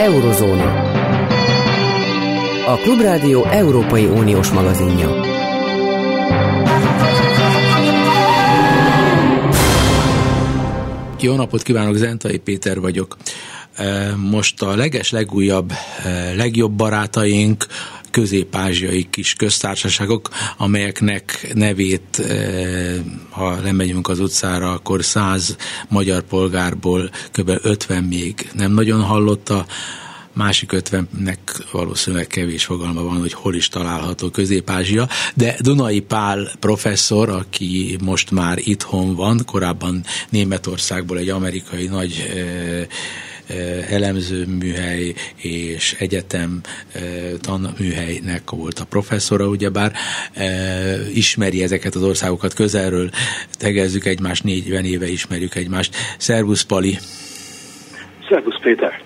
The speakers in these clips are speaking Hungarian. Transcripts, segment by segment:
Eurozóna. A Klubrádió Európai Uniós magazinja. Jó napot kívánok, Zentai Péter vagyok. Most a legújabb, legjobb barátaink közép-ázsiai kis köztársaságok, amelyeknek nevét, ha lemegyünk az utcára, akkor 100 magyar polgárból kb. 50 még nem nagyon hallotta, másik 50-nek valószínűleg kevés fogalma van, hogy hol is található Közép-Ázsia, de Dunai Pál professzor, aki most már itthon van, korábban Németországból egy amerikai nagy elemzőműhely és egyetem tanműhelynek volt a professzora, ugyebár ismeri ezeket az országokat közelről, tegezzük egymást, 40 éve ismerjük egymást. Szervusz, Pali! Szervusz, Péter!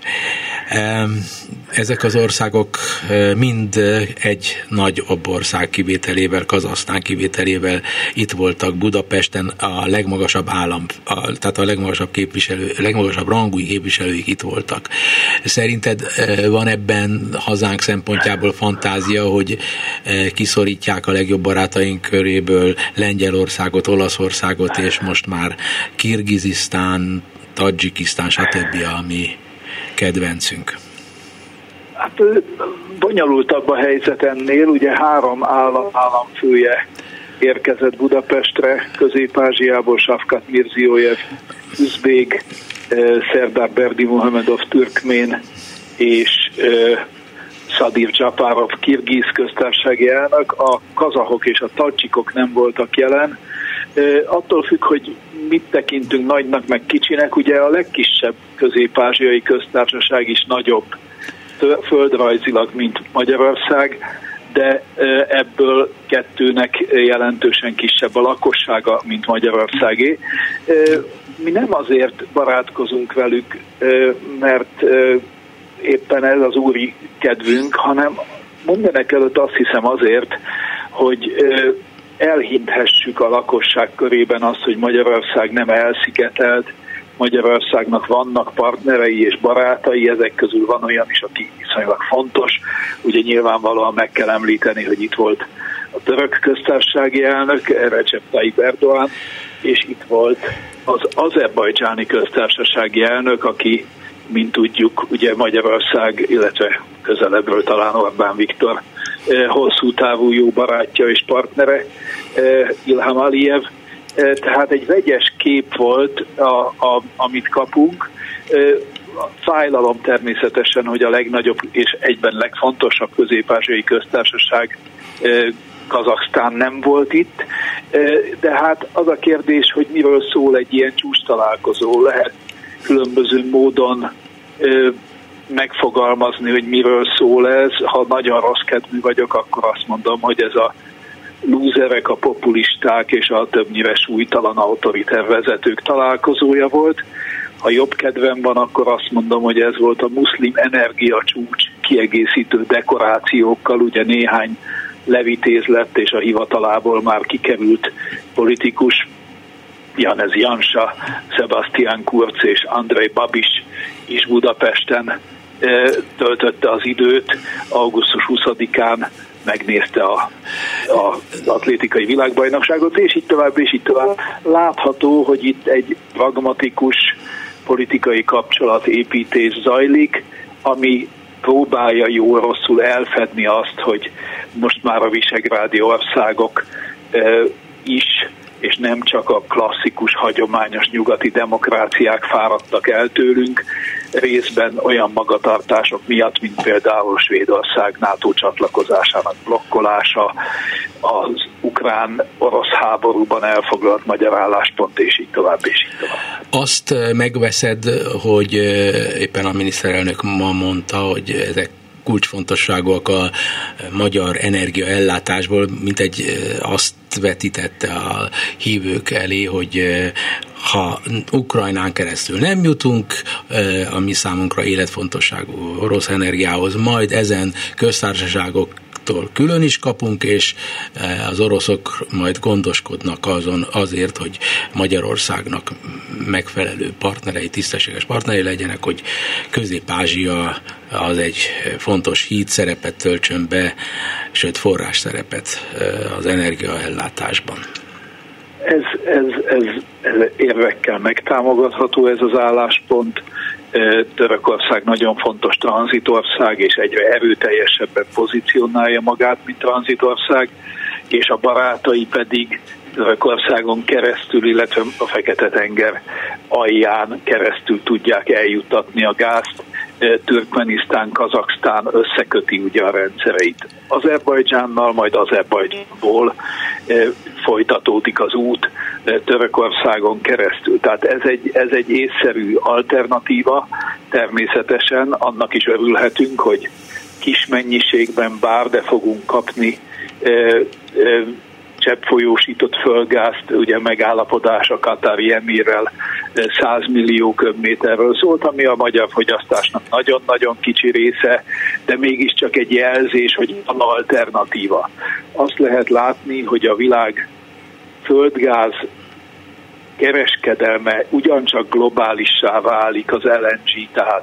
Ezek az országok mind egy nagyobb ország kivételével, Kazahsztán kivételével itt voltak Budapesten, a legmagasabb tehát a legmagasabb rangú képviselőik itt voltak. Szerinted van ebben hazánk szempontjából fantázia, hogy kiszorítják a legjobb barátaink köréből Lengyelországot, Olaszországot, és most már Kirgizisztán, Tadzsikisztán, stb. Ami kedvencünk? Hát bonyolultabb a helyzet ennél, ugye 3 államfője érkezett Budapestre, Közép-Ázsiából Shavkat Mirziyoyev, üzbég, Serdar Berdimuhamedov türkmén és Sadir Japarov kirgiz köztársasági elnök. A kazahok és a tadzsikok nem voltak jelen. Attól függ, hogy mit tekintünk nagynak, meg kicsinek, ugye a legkisebb közép-ázsiai köztársaság is nagyobb földrajzilag, mint Magyarország, de ebből 2-nek jelentősen kisebb a lakossága, mint Magyarországé. Mi nem azért barátkozunk velük, mert éppen ez az úri kedvünk, hanem mindenek előtt azt hiszem azért, hogy elhithessük a lakosság körében azt, hogy Magyarország nem elszigetelt, Magyarországnak vannak partnerei és barátai, ezek közül van olyan is, aki viszonylag fontos. Ugye nyilvánvalóan meg kell említeni, hogy itt volt a török köztársasági elnök, Recep Tayyip Erdoğan, és itt volt az azerbajdzsáni köztársasági elnök, aki, mint tudjuk, ugye Magyarország, illetve közelebbről talán Orbán Viktor hosszú távú jó barátja és partnere, Ilham Aliyev. Tehát egy vegyes kép volt, amit kapunk. Fájlalom természetesen, hogy a legnagyobb és egyben legfontosabb közép-ázsiai köztársaság, Kazahsztán nem volt itt, de hát az a kérdés, hogy miről szól egy ilyen csúcstalálkozó. Lehet különböző módon megfogalmazni, hogy miről szól ez. Ha nagyon rossz kedvű vagyok, akkor azt mondom, hogy ez a lúzerek, a populisták és a többnyire súlytalan autoriter vezetők találkozója volt. Ha jobb kedvem van, akkor azt mondom, hogy ez volt a muszlim energiacsúcs kiegészítő dekorációkkal, ugye néhány levitéz lett, és a hivatalából már kikerült politikus, Janez Janša, Sebastian Kurz és Andrej Babiš is Budapesten töltötte az időt. Augusztus 20-án megnézte az atlétikai világbajnokságot, és így tovább, és így tovább. Látható, hogy itt egy pragmatikus politikai kapcsolatépítés zajlik, ami próbálja jól-rosszul elfedni azt, hogy most már a visegrádi országok is, és nem csak a klasszikus, hagyományos nyugati demokráciák fáradtak el tőlünk, részben olyan magatartások miatt, mint például Svédország NATO csatlakozásának blokkolása, az ukrán-orosz háborúban elfoglalt magyar álláspont, és így tovább, és így tovább. Azt megveszed, hogy éppen a miniszterelnök ma mondta, hogy ezek kulcsfontosságúak a magyar energiaellátásból, mint egy azt vetítette a hívők elé, hogy ha Ukrajnán keresztül nem jutunk a mi számunkra életfontosságú orosz energiához, majd ezen köztársaságok oroszoktól külön is kapunk, és az oroszok majd gondoskodnak azért, hogy Magyarországnak megfelelő partnerei, tisztességes partnerei legyenek, hogy Közép-Ázsia az egy fontos híd szerepet töltsön be, sőt forrás szerepet az energiaellátásban. Ez érvekkel megtámogatható ez az álláspont. Törökország nagyon fontos tranzitország, és egyre erőteljesebben pozícionálja magát, mint tranzitország, és a barátai pedig Törökországon keresztül, illetve a Fekete-tenger alján keresztül tudják eljuttatni a gázt. Türkmenisztán, Kazaksztán összeköti ugye a rendszereit Azerbajdzsánnal, majd Azerbajdzsánból folytatódik az út Törökországon keresztül. Tehát ez egy észszerű alternatíva, természetesen annak is örülhetünk, hogy kis mennyiségben de fogunk kapni cseppfolyósított földgázt, ugye megállapodás a katári emírrel 100 millió köbméterről szólt, ami a magyar fogyasztásnak nagyon-nagyon kicsi része, de mégiscsak egy jelzés, hogy van alternatíva. Azt lehet látni, hogy a világ földgáz kereskedelme ugyancsak globálissá válik az LNG, tehát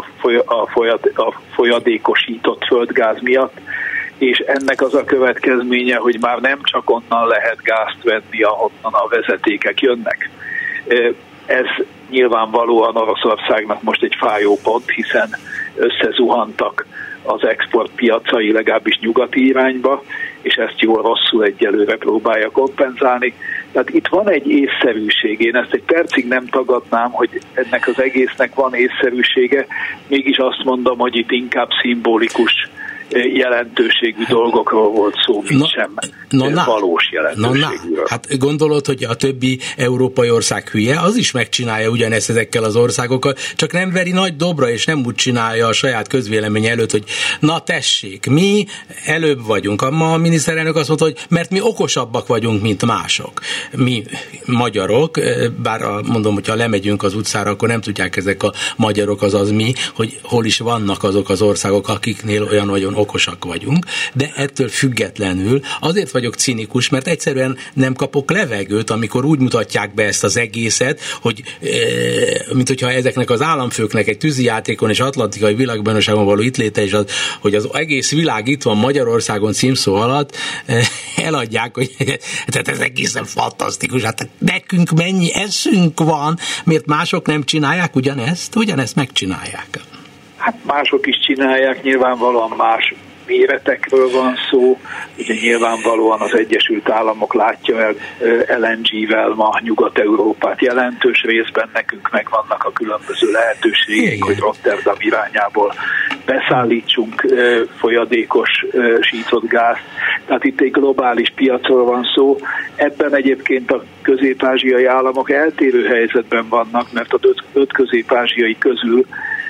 a folyadékosított földgáz miatt, és ennek az a következménye, hogy már nem csak onnan lehet gázt venni, ahonnan a vezetékek jönnek. Ez nyilvánvalóan Oroszországnak most egy fájó pont, hiszen összezuhantak az exportpiacai, legalábbis nyugati irányba, és ezt jól-rosszul egyelőre próbálja kompenzálni. Tehát itt van egy észszerűség. Én ezt egy percig nem tagadnám, hogy ennek az egésznek van észszerűsége, mégis azt mondom, hogy itt inkább szimbolikus jelentőségű dolgokról volt szó, mint sem valós jelentőségűről. Hát gondolod, hogy a többi európai ország hülye, az is megcsinálja ugyanezt ezekkel az országokkal, csak nem veri nagy dobra, és nem úgy csinálja a saját közvélemény előtt, hogy na tessék, mi előbb vagyunk. A miniszterelnök azt mondta, hogy mert mi okosabbak vagyunk, mint mások. Mi magyarok, bár mondom, hogyha lemegyünk az utcára, akkor nem tudják ezek a magyarok, azaz mi, hogy hol is vannak azok az országok, akiknél olyan nagyon okosak vagyunk, de ettől függetlenül azért vagyok cinikus, mert egyszerűen nem kapok levegőt, amikor úgy mutatják be ezt az egészet, hogy mint hogyha ezeknek az államfőknek egy tűzijátékon és atlantikai világbajnokságon való itt léte, és hogy az egész világ itt van Magyarországon címszó alatt, eladják, hogy tehát ez egészen fantasztikus, hát nekünk mennyi eszünk van, miért mások nem csinálják ugyanezt megcsinálják. Hát mások is csinálják, nyilvánvalóan más méretekről van szó, ugye nyilvánvalóan az Egyesült Államok látja el LNG-vel ma Nyugat-Európát jelentős részben, nekünk megvannak a különböző lehetőségek, hogy Rotterdam irányából beszállítsunk folyadékos sított gázt. Tehát itt egy globális piacról van szó. Ebben egyébként a közép-ázsiai államok eltérő helyzetben vannak, mert az 5 közép-ázsiai közül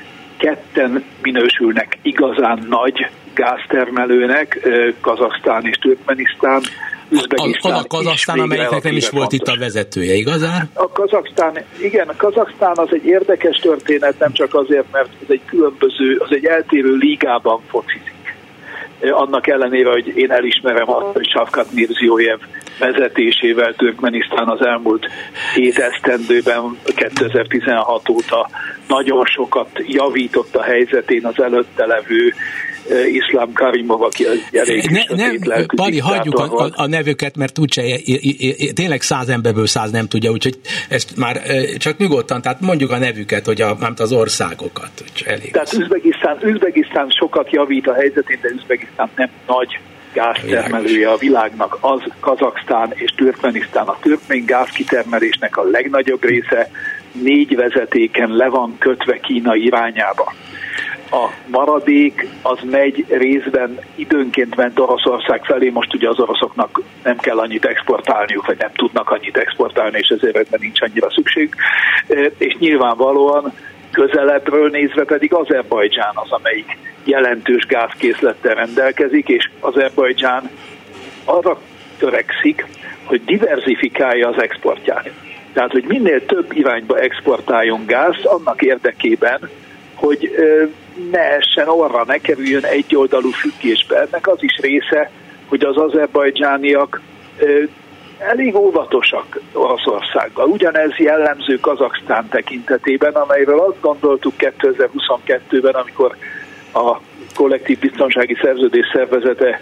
2 minősülnek igazán nagy gáztermelőnek, Kazaksztán és Türkmenisztán, Üzbegisztán. A Kazaksztán, amelyiknek nem is volt fontos. Itt a vezetője, igazán? A Kazaksztán az egy érdekes történet, nem csak azért, mert az egy eltérő ligában focizik. Annak ellenére, hogy én elismerem azt, hogy Shavkat Mirziyoyev vezetésével Türkmenisztán az elmúlt 7 esztendőben, 2016 óta nagyon sokat javított a helyzetén az előtte levő Iszlám Karimov, aki elég Pali, hagyjuk a nevüket, mert úgyse tényleg 100 emberből 100 nem tudja, úgyhogy ezt már csak nyugodtan, tehát mondjuk a nevüket, hogy az országokat. Elég. Tehát Üzbegisztán sokat javít a helyzetén, de Üzbegisztán nem nagy gáztermelője a világnak, az Kazaksztán és Türkmenisztán. A türkmén gázkitermelésnek a legnagyobb része 4 vezetéken le van kötve Kína irányába. A maradék az megy részben, időnként ment Oroszország felé, most ugye az oroszoknak nem kell annyit exportálniuk, vagy nem tudnak annyit exportálni, és ezért ebben nincs annyira szükség. És nyilvánvalóan közelebbről nézve pedig Azerbajdzsán az, amelyik jelentős gázkészlettel rendelkezik, és Azerbajdzsán arra törekszik, hogy diverzifikálja az exportját. Tehát, hogy minél több irányba exportáljon gáz, annak érdekében, hogy ne essen orra, ne kerüljön egyoldalú függésbe. Ennek az is része, hogy az azerbajdzsániak elég óvatosak Oroszországgal. Ugyanez jellemző Kazaksztán tekintetében, amelyről azt gondoltuk 2022-ben, amikor a kollektív biztonsági szerződés szervezete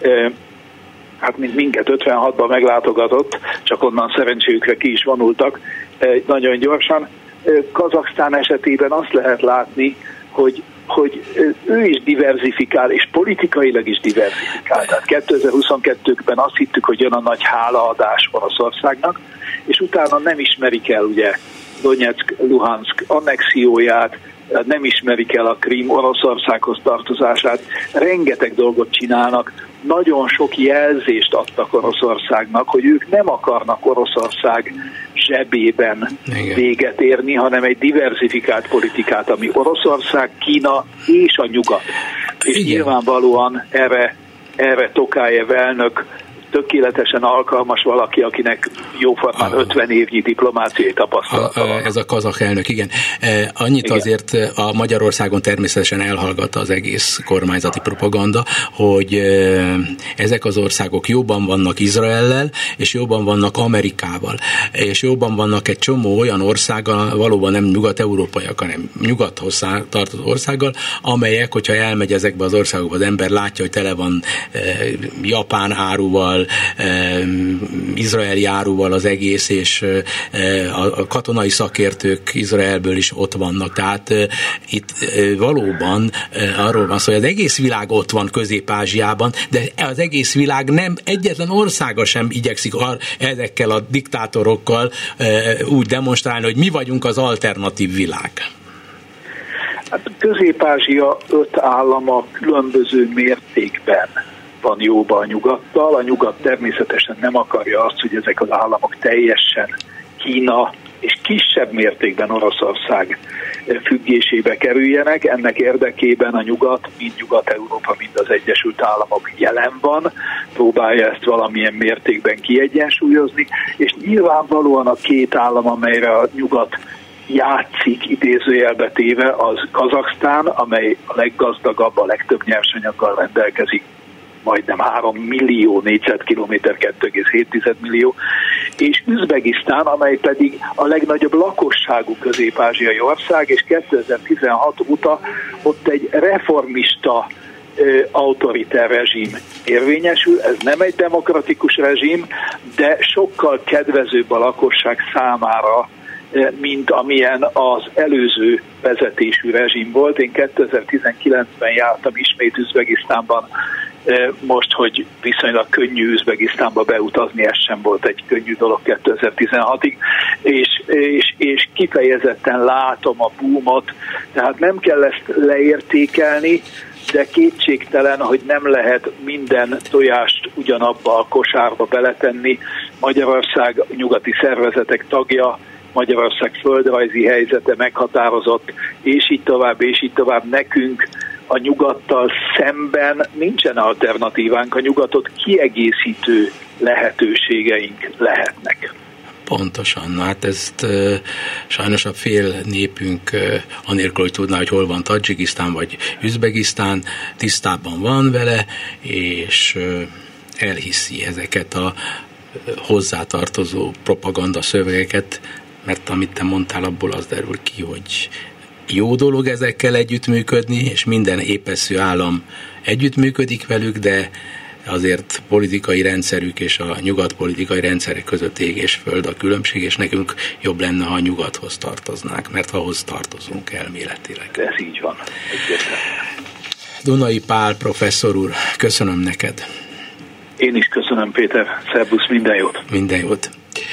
mint minket 56-ban meglátogatott, csak onnan szerencséjükre ki is vonultak nagyon gyorsan. Kazaksztán esetében azt lehet látni, hogy ő is diverzifikál, és politikailag is diverzifikál. Tehát 2022-ben azt hittük, hogy jön a nagy hálaadás Oroszországnak, és utána nem ismerik el ugye Donetsk, Luhansk annexióját, nem ismerik el a Krím Oroszországhoz tartozását, rengeteg dolgot csinálnak, nagyon sok jelzést adtak Oroszországnak, hogy ők nem akarnak Oroszország zsebében véget érni, hanem egy diverzifikált politikát, ami Oroszország, Kína és a nyugat. És nyilvánvalóan erre Tokajev elnök tökéletesen alkalmas valaki, akinek jóformán 50 évnyi diplomáciai tapasztalata van. Ez a kazakh elnök, igen. Annyit igen. Azért a Magyarországon természetesen elhallgatta az egész kormányzati propaganda, hogy ezek az országok jobban vannak Izraellel, és jobban vannak Amerikával, és jobban vannak egy csomó olyan országgal, valóban nem nyugat-európaiak, hanem nyugathoz tartozó országgal, amelyek, hogyha elmegy ezekbe az országokba, az ember látja, hogy tele van japán áruval, izraeli áruval az egész, és a katonai szakértők Izraelből is ott vannak. Tehát itt valóban arról van szó, hogy az egész világ ott van Közép-Ázsiában, de az egész világ nem, egyetlen országa sem igyekszik ezekkel a diktátorokkal úgy demonstrálni, hogy mi vagyunk az alternatív világ. Hát Közép-Ázsia 5 állama különböző mértékben van jóban a nyugattal. A nyugat természetesen nem akarja azt, hogy ezek az államok teljesen Kína és kisebb mértékben Oroszország függésébe kerüljenek. Ennek érdekében a nyugat, mind Nyugat-Európa, mind az Egyesült Államok jelen van, próbálja ezt valamilyen mértékben kiegyensúlyozni, és nyilvánvalóan a két állam, amelyre a nyugat játszik idézőjelbe téve, az Kazaksztán, amely a leggazdagabb, a legtöbb nyersanyaggal rendelkezik, majdnem 3 millió négyzetkilométer, 2,7 millió, és Üzbegisztán, amely pedig a legnagyobb lakosságú közép-ázsiai ország, és 2016 óta ott egy reformista autoriter rezsim érvényesül. Ez nem egy demokratikus rezsim, de sokkal kedvezőbb a lakosság számára, mint amilyen az előző vezetésű rezsim volt. Én 2019-ben jártam ismét Üzbegisztánban, most, hogy viszonylag könnyű Üzbegisztánba beutazni, ez sem volt egy könnyű dolog 2016-ig, és kifejezetten látom a boomot, tehát nem kell ezt leértékelni, de kétségtelen, hogy nem lehet minden tojást ugyanabba a kosárba beletenni. Magyarország nyugati szervezetek tagja, Magyarország földrajzi helyzete meghatározott, és így tovább nekünk a nyugattal szemben nincsen alternatívánk, a nyugatot kiegészítő lehetőségeink lehetnek. Pontosan, hát ezt sajnos a fél népünk anélkül, hogy tudná, hogy hol van Tadzsikisztán vagy Üzbegisztán, tisztában van vele, és elhiszi ezeket a hozzátartozó propaganda szövegeket, mert amit te mondtál, abból az derül ki, hogy jó dolog ezekkel együttműködni, és minden épeszű állam együttműködik velük, de azért politikai rendszerük és a nyugat politikai rendszerek között ég és föld a különbség, és nekünk jobb lenne, ha a nyugathoz tartoznánk, mert ahhoz tartozunk elméletileg. Ez így van. Dunai Pál professzor úr, köszönöm neked. Én is köszönöm, Péter. Szerbusz, minden jót. Minden jót.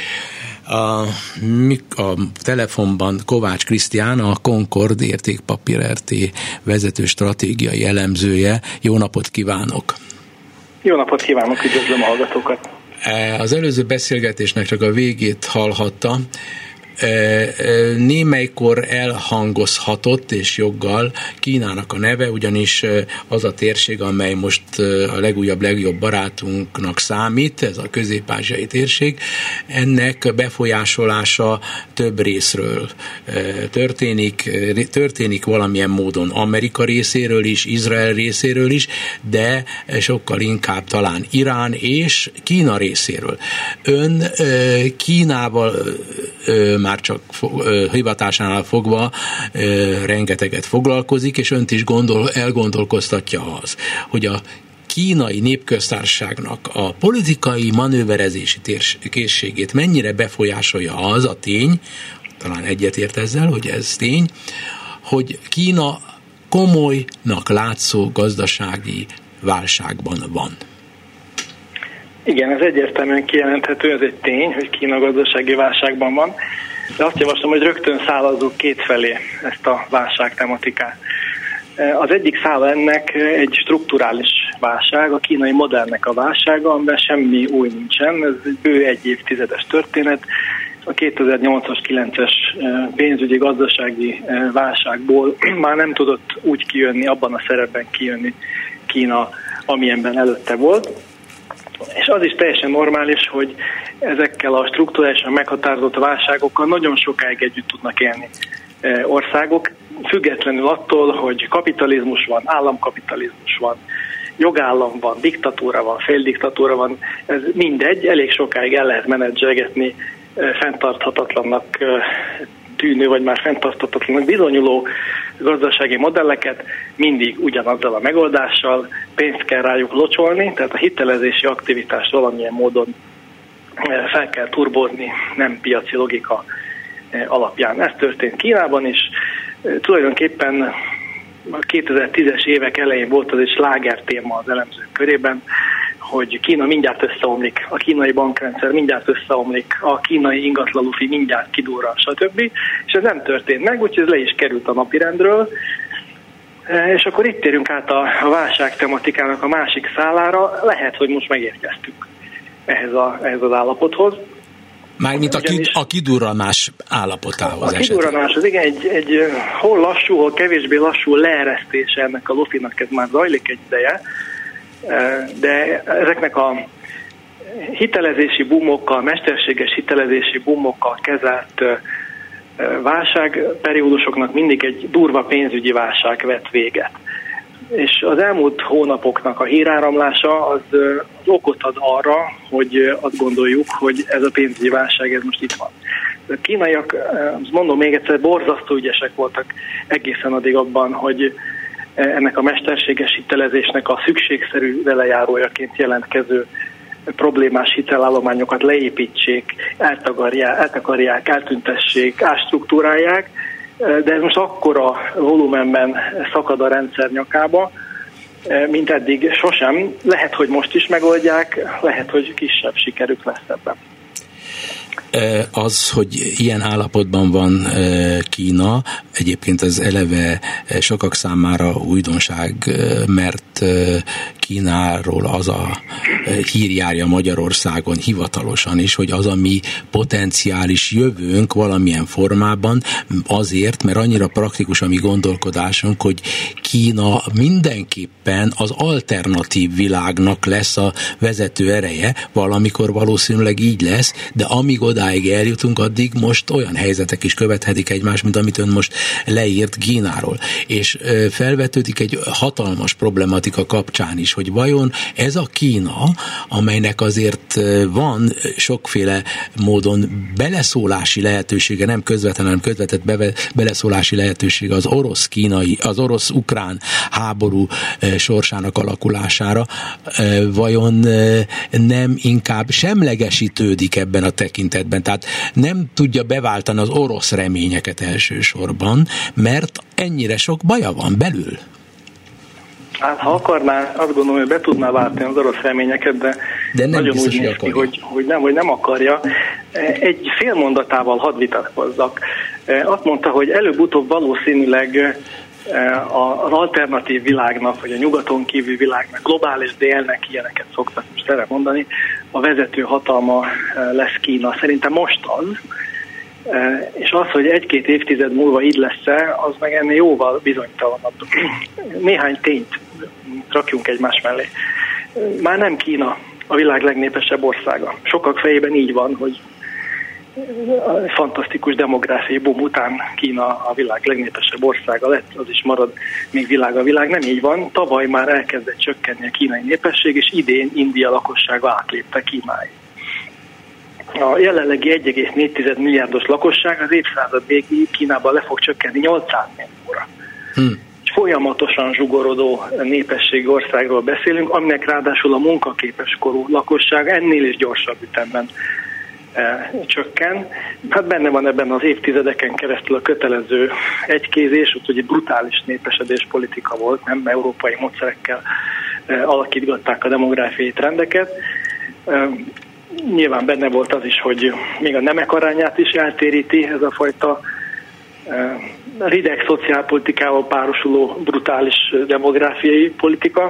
A telefonban Kovács Krisztián, a Concord Értékpapír RT vezető stratégiai elemzője. Jó napot kívánok! Jó napot kívánok, üdvözlöm a hallgatókat! Az előző beszélgetésnek csak a végét hallhatta. Némelykor elhangozhatott, és joggal, Kínának a neve, ugyanis az a térség, amely most a legjobb barátunknak számít, ez a közép-ázsiai térség, ennek befolyásolása több részről történik valamilyen módon Amerika részéről is, Izrael részéről is, de sokkal inkább talán Irán és Kína részéről. Ön Kínával már csak hivatásánál fogva rengeteget foglalkozik, és önt is elgondolkoztatja az, hogy a Kínai Népköztársaságnak a politikai manőverezési készségét mennyire befolyásolja az a tény, talán egyetért ezzel, hogy ez tény, hogy Kína komolynak látszó gazdasági válságban van. Igen, ez egyértelműen kijelenthető, ez egy tény, hogy Kína gazdasági válságban van, de azt javaslom, hogy rögtön szállazzuk kétfelé ezt a válságtematikát. Az egyik szál ennek egy strukturális válság, a kínai modellnek a válsága, amiben semmi új nincsen, ez egy bő egy évtizedes történet. A 2008-as, 9-es pénzügyi gazdasági válságból már nem tudott úgy kijönni, abban a szerepben kijönni Kína, amilyenben előtte volt. És az is teljesen normális, hogy ezekkel a strukturálisan meghatározott válságokkal nagyon sokáig együtt tudnak élni országok, függetlenül attól, hogy kapitalizmus van, államkapitalizmus van, jogállam van, diktatúra van, féldiktatúra van, ez mindegy, elég sokáig el lehet menedzselgetni fenntarthatatlannak tűnő, vagy már fenntarthatatlannak bizonyuló gazdasági modelleket, mindig ugyanazzal a megoldással, pénzt kell rájuk locsolni, tehát a hitelezési aktivitást valamilyen módon fel kell turbózni, nem piaci logika alapján. Ez történt Kínában is. Tulajdonképpen a 2010-es évek elején volt az egy sláger téma az elemzők körében, hogy Kína mindjárt összeomlik, a kínai bankrendszer mindjárt összeomlik, a kínai ingatlanufi mindjárt kidurran, stb. És ez nem történt meg, úgyhogy ez le is került a napirendről. És akkor itt térünk át a válság tematikának a másik szálára. Lehet, hogy most megérkeztünk ehhez az állapothoz. Mármint a kidurranás állapotához. A kidurranás az igen, egy hol lassú, hol kevésbé lassú leeresztése ennek a lufinak, ez már zajlik egy ideje, de ezeknek a hitelezési boomokkal, mesterséges hitelezési boomokkal kezelt válságperiódusoknak mindig egy durva pénzügyi válság vett véget. És az elmúlt hónapoknak a híráramlása az okot ad arra, hogy azt gondoljuk, hogy ez a pénzügyi válság ez most itt van. A kínaiak, mondom még egyszer, borzasztó ügyesek voltak egészen addig abban, hogy ennek a mesterséges hitelezésnek a szükségszerű velejárójaként jelentkező problémás hitelállományokat leépítsék, eltakarják, eltüntessék, átstruktúrálják, de ez most akkora volumenben szakad a rendszer nyakába, mint eddig sosem. Lehet, hogy most is megoldják, lehet, hogy kisebb sikerük lesz ebben. Az, hogy ilyen állapotban van Kína, egyébként az eleve sokak számára újdonság, mert Kínáról az a hír járja Magyarországon hivatalosan is, hogy az a mi potenciális jövőnk valamilyen formában azért, mert annyira praktikus a mi gondolkodásunk, hogy Kína mindenképpen az alternatív világnak lesz a vezető ereje, valamikor valószínűleg így lesz, de amíg odáig eljutunk, addig most olyan helyzetek is követhetik egymást, mint amit ön most leírt Kínáról. És felvetődik egy hatalmas problematika kapcsán is, hogy vajon ez a Kína, amelynek azért van sokféle módon beleszólási lehetősége, nem közvetlen, hanem közvetett beleszólási lehetősége az orosz-ukrán háború sorsának alakulására, vajon nem inkább semlegesítődik ebben a tekintetben, tehát nem tudja beváltani az orosz reményeket elsősorban, mert ennyire sok baja van belül. Hát, ha akarná, azt gondolom, hogy be tudná váltani az orosz reményeket, de nagyon biztos, úgy néz ki, hogy nem akarja. Egy fél mondatával hadd vitatkozzak. Azt mondta, hogy előbb-utóbb valószínűleg az alternatív világnak, vagy a nyugaton kívül világnak, globális délnek, ilyeneket szoktak most erre mondani, a vezető hatalma lesz Kína. Szerintem most az, És az, hogy 1-2 évtized múlva így lesz-e, az meg ennél jóval bizonytalanabb. Néhány tényt rakjunk egymás mellé. Már nem Kína a világ legnépesebb országa. Sokak fejében így van, hogy a fantasztikus demográfiai boom után Kína a világ legnépesebb országa lett, az is marad még a világ. Nem így van. Tavaly már elkezdett csökkenni a kínai népesség, és idén India lakossága átlépte Kínáig. A jelenlegi 1,4 milliárdos lakosság az évszázad végéig Kínában le fog csökkenni 800 millióra. Folyamatosan zsugorodó népességi országról beszélünk, aminek ráadásul a munkaképes korú lakosság ennél is gyorsabb ütemben csökken. Hát benne van ebben az évtizedeken keresztül a kötelező egykézés, ott ugye brutális népesedés politika volt, nem európai módszerekkel alakítgatták a demográfiai trendeket. Nyilván benne volt az is, hogy még a nemek arányát is eltéríti ez a fajta rideg szociálpolitikával párosuló brutális demográfiai politika.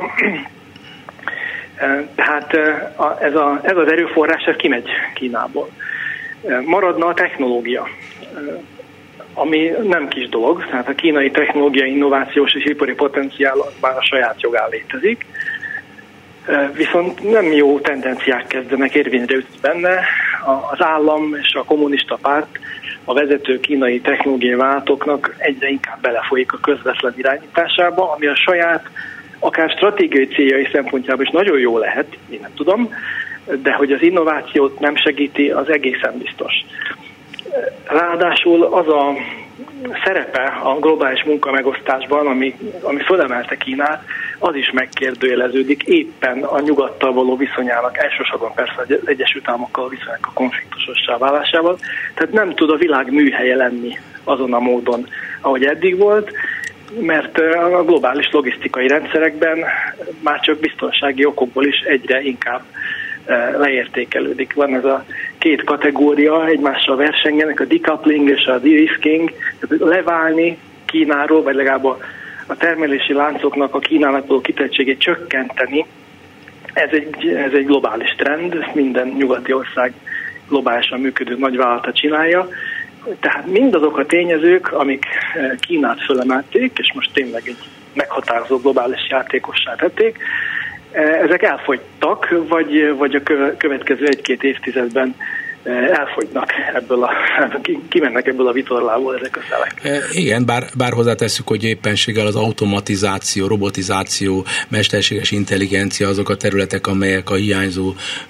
Tehát ez az erőforrás kimegy Kínából. Maradna a technológia, ami nem kis dolog, tehát a kínai technológiai, innovációs és ipari potenciál már a saját jogán létezik, viszont nem jó tendenciák kezdenek érvényre ütni benne. Az állam és a kommunista párt a vezető kínai technológiai vállalatoknak egyre inkább belefolyik a közvetlen irányításába, ami a saját akár stratégiai céljai szempontjából is nagyon jó lehet, én nem tudom, de hogy az innovációt nem segíti, az egészen biztos. Ráadásul az a szerepe a globális munkamegosztásban, ami fölemelte Kínát, az is megkérdőjeleződik éppen a nyugattal való viszonyának, elsősorban persze az Egyesült Államokkal viszonyának a konfliktusossá válásával. Tehát nem tud a világ műhelye lenni azon a módon, ahogy eddig volt, mert a globális logisztikai rendszerekben már csak biztonsági okokból is egyre inkább leértékelődik. Van ez a két kategória, egymással versengenek, a decoupling és a de-risking, leválni Kínáról, vagy legalább a termelési láncoknak a Kínának való kitettségét csökkenteni. Ez egy globális trend, ezt minden nyugati ország globálisan működő nagyvállalata csinálja. Tehát mindazok a tényezők, amik Kínát fölemelték, és most tényleg egy meghatározó globális játékossá tették, ezek elfogytak, vagy a következő 1-2 évtizedben elfogynak kimennek ebből a vitorlából ezek a szelek. Igen, bár hozzátesszük, hogy éppenséggel az automatizáció, robotizáció, mesterséges intelligencia azok a területek, amelyek a hiányzó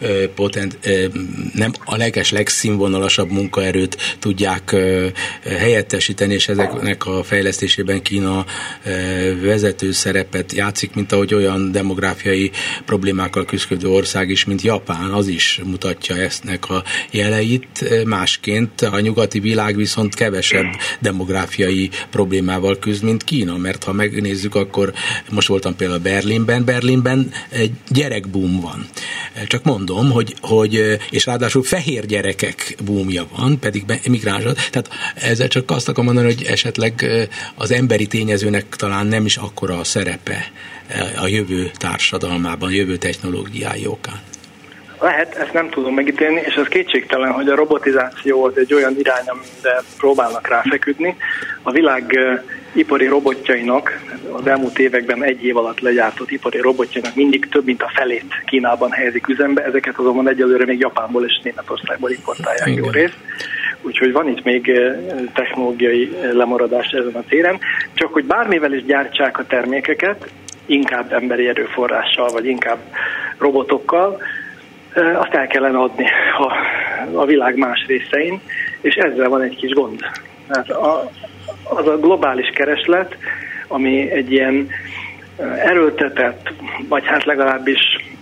nem a legszínvonalasabb munkaerőt tudják helyettesíteni, és ezeknek a fejlesztésében Kína vezető szerepet játszik, mint ahogy olyan demográfiai problémákkal küzdő ország is, mint Japán, az is mutatja eztnek a jeleit. Másként a nyugati világ viszont kevesebb demográfiai problémával küzd, mint Kína, mert ha megnézzük, akkor most voltam például Berlinben egy gyerekboom van. Csak mondom, hogy és ráadásul fehér gyerekek boomja van, pedig migránsok. Tehát ezzel csak azt akarom mondani, hogy esetleg az emberi tényezőnek talán nem is akkora a szerepe a jövő társadalmában, a jövő technológiái okán. Lehet, ezt nem tudom megítélni, és az kétségtelen, hogy a robotizáció az egy olyan irány, amire próbálnak ráfeküdni. A világ ipari robotjainak, az elmúlt években 1 év alatt legyártott ipari robotjainak mindig több mint a felét Kínában helyezik üzembe, ezeket azonban egyelőre még Japánból és Németországból importálják jó részt. Úgyhogy van itt még technológiai lemaradás ezen a téren. Csak hogy bármivel is gyártsák a termékeket, inkább emberi erőforrással, vagy inkább robotokkal, azt el kellene adni a világ más részein, és ezzel van egy kis gond. Hát az a globális kereslet, ami egy ilyen erőltetett, vagy hát legalábbis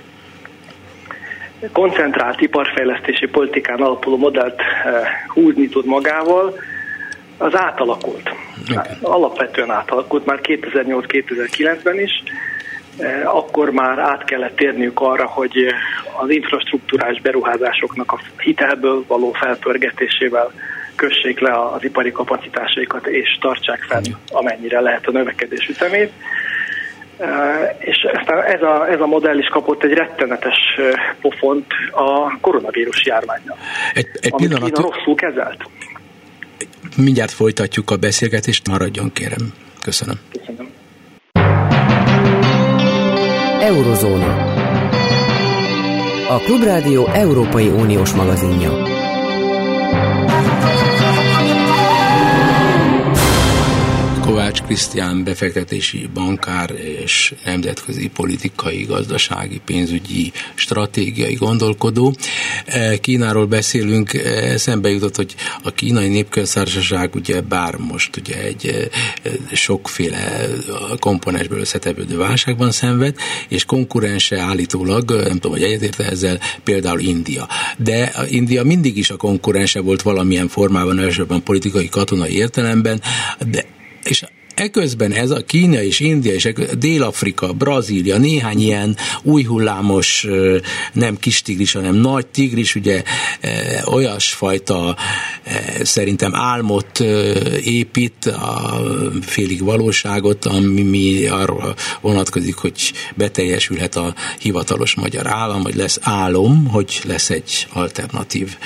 koncentrált iparfejlesztési politikán alapuló modellt húzni tud magával, az átalakult. Alapvetően átalakult már 2008-2009-ben is, akkor már át kellett térniük arra, hogy az infrastruktúrás beruházásoknak a hitelből való felpörgetésével kössék le az ipari kapacitásaikat, és tartsák fenn amennyire lehet a növekedés ütemét. És aztán ez a modell is kapott egy rettenetes pofont a koronavírus járványnal, amit Kína rosszul kezelt. mindjárt folytatjuk a beszélgetést, maradjon kérem. Köszönöm. Köszönöm. Eurozóna. A Klubrádió Európai Uniós magazinja. Kovács Krisztián befektetési bankár és nemzetközi politikai, gazdasági, pénzügyi, stratégiai gondolkodó. Kínáról beszélünk, eszembe jutott, hogy a Kínai Népköztársaság ugye bár most ugye egy sokféle komponensből összetevődő válságban szenved, és konkurense állítólag, nem tudom, hogy egyetérte ezzel, például India. De India mindig is a konkurense volt valamilyen formában, elsősorban politikai, katonai értelemben, de és eközben ez a Kína és India és Dél-Afrika, Brazília, néhány ilyen új hullámos, nem kis tigris, hanem nagy tigris, ugye olyasfajta szerintem álmot épít, a félig valóságot, ami arra vonatkozik, hogy beteljesülhet a hivatalos magyar állam, vagy lesz álom, hogy lesz egy alternatív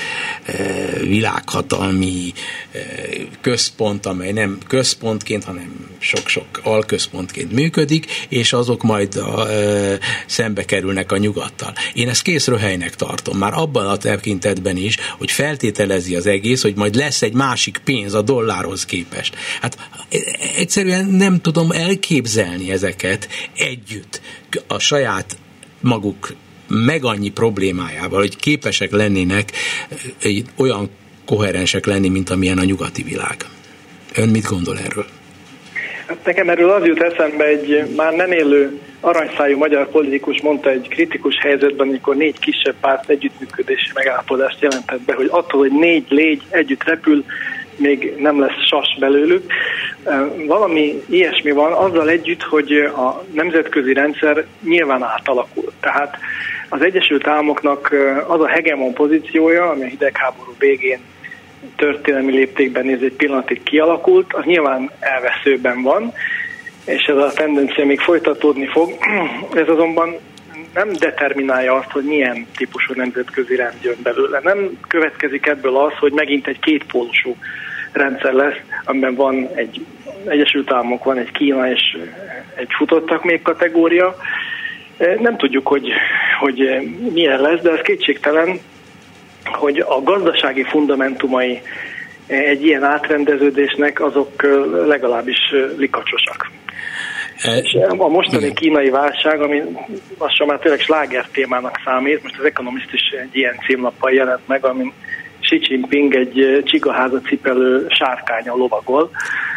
világhatalmi központ, amely nem központként, hanem sok-sok alközpontként működik, és azok majd szembe kerülnek a nyugattal. Én ezt készröhelynek tartom, már abban a tekintetben is, hogy feltételezi az egész, hogy majd lesz egy másik pénz a dollárhoz képest. Hát egyszerűen nem tudom elképzelni ezeket együtt a saját maguk meg annyi problémájával, hogy képesek lennének olyan koherensek lenni, mint amilyen a nyugati világ. Ön mit gondol erről? Hát nekem erről az jut eszembe, egy már nem élő aranyszájú magyar politikus mondta egy kritikus helyzetben, amikor 4 kisebb párt együttműködési megállapodást jelentett be, hogy attól, hogy 4 légy együtt repül, még nem lesz sas belőlük. Valami ilyesmi van azzal együtt, hogy a nemzetközi rendszer nyilván átalakul. Tehát az Egyesült Államoknak az a hegemon pozíciója, ami a hidegháború végén történelmi léptékben néz egy pillanatig kialakult, az nyilván elveszőben van, és ez a tendencia még folytatódni fog. Ez azonban nem determinálja azt, hogy milyen típusú nemzetközi rend jön belőle. Nem következik ebből az, hogy megint egy kétpólusú rendszer lesz, amiben van egy Egyesült Államok, van egy Kína és egy futottak még kategória. Nem tudjuk, hogy milyen lesz, de ez kétségtelen, hogy a gazdasági fundamentumai egy ilyen átrendeződésnek azok legalábbis likacsosak. És a mostani kínai válság, ami lassan már tényleg sláger témának számít, most az Economist is egy ilyen címlappal jelent meg, amin Xi Jinping egy csigaháza cipelő sárkányon lovagol.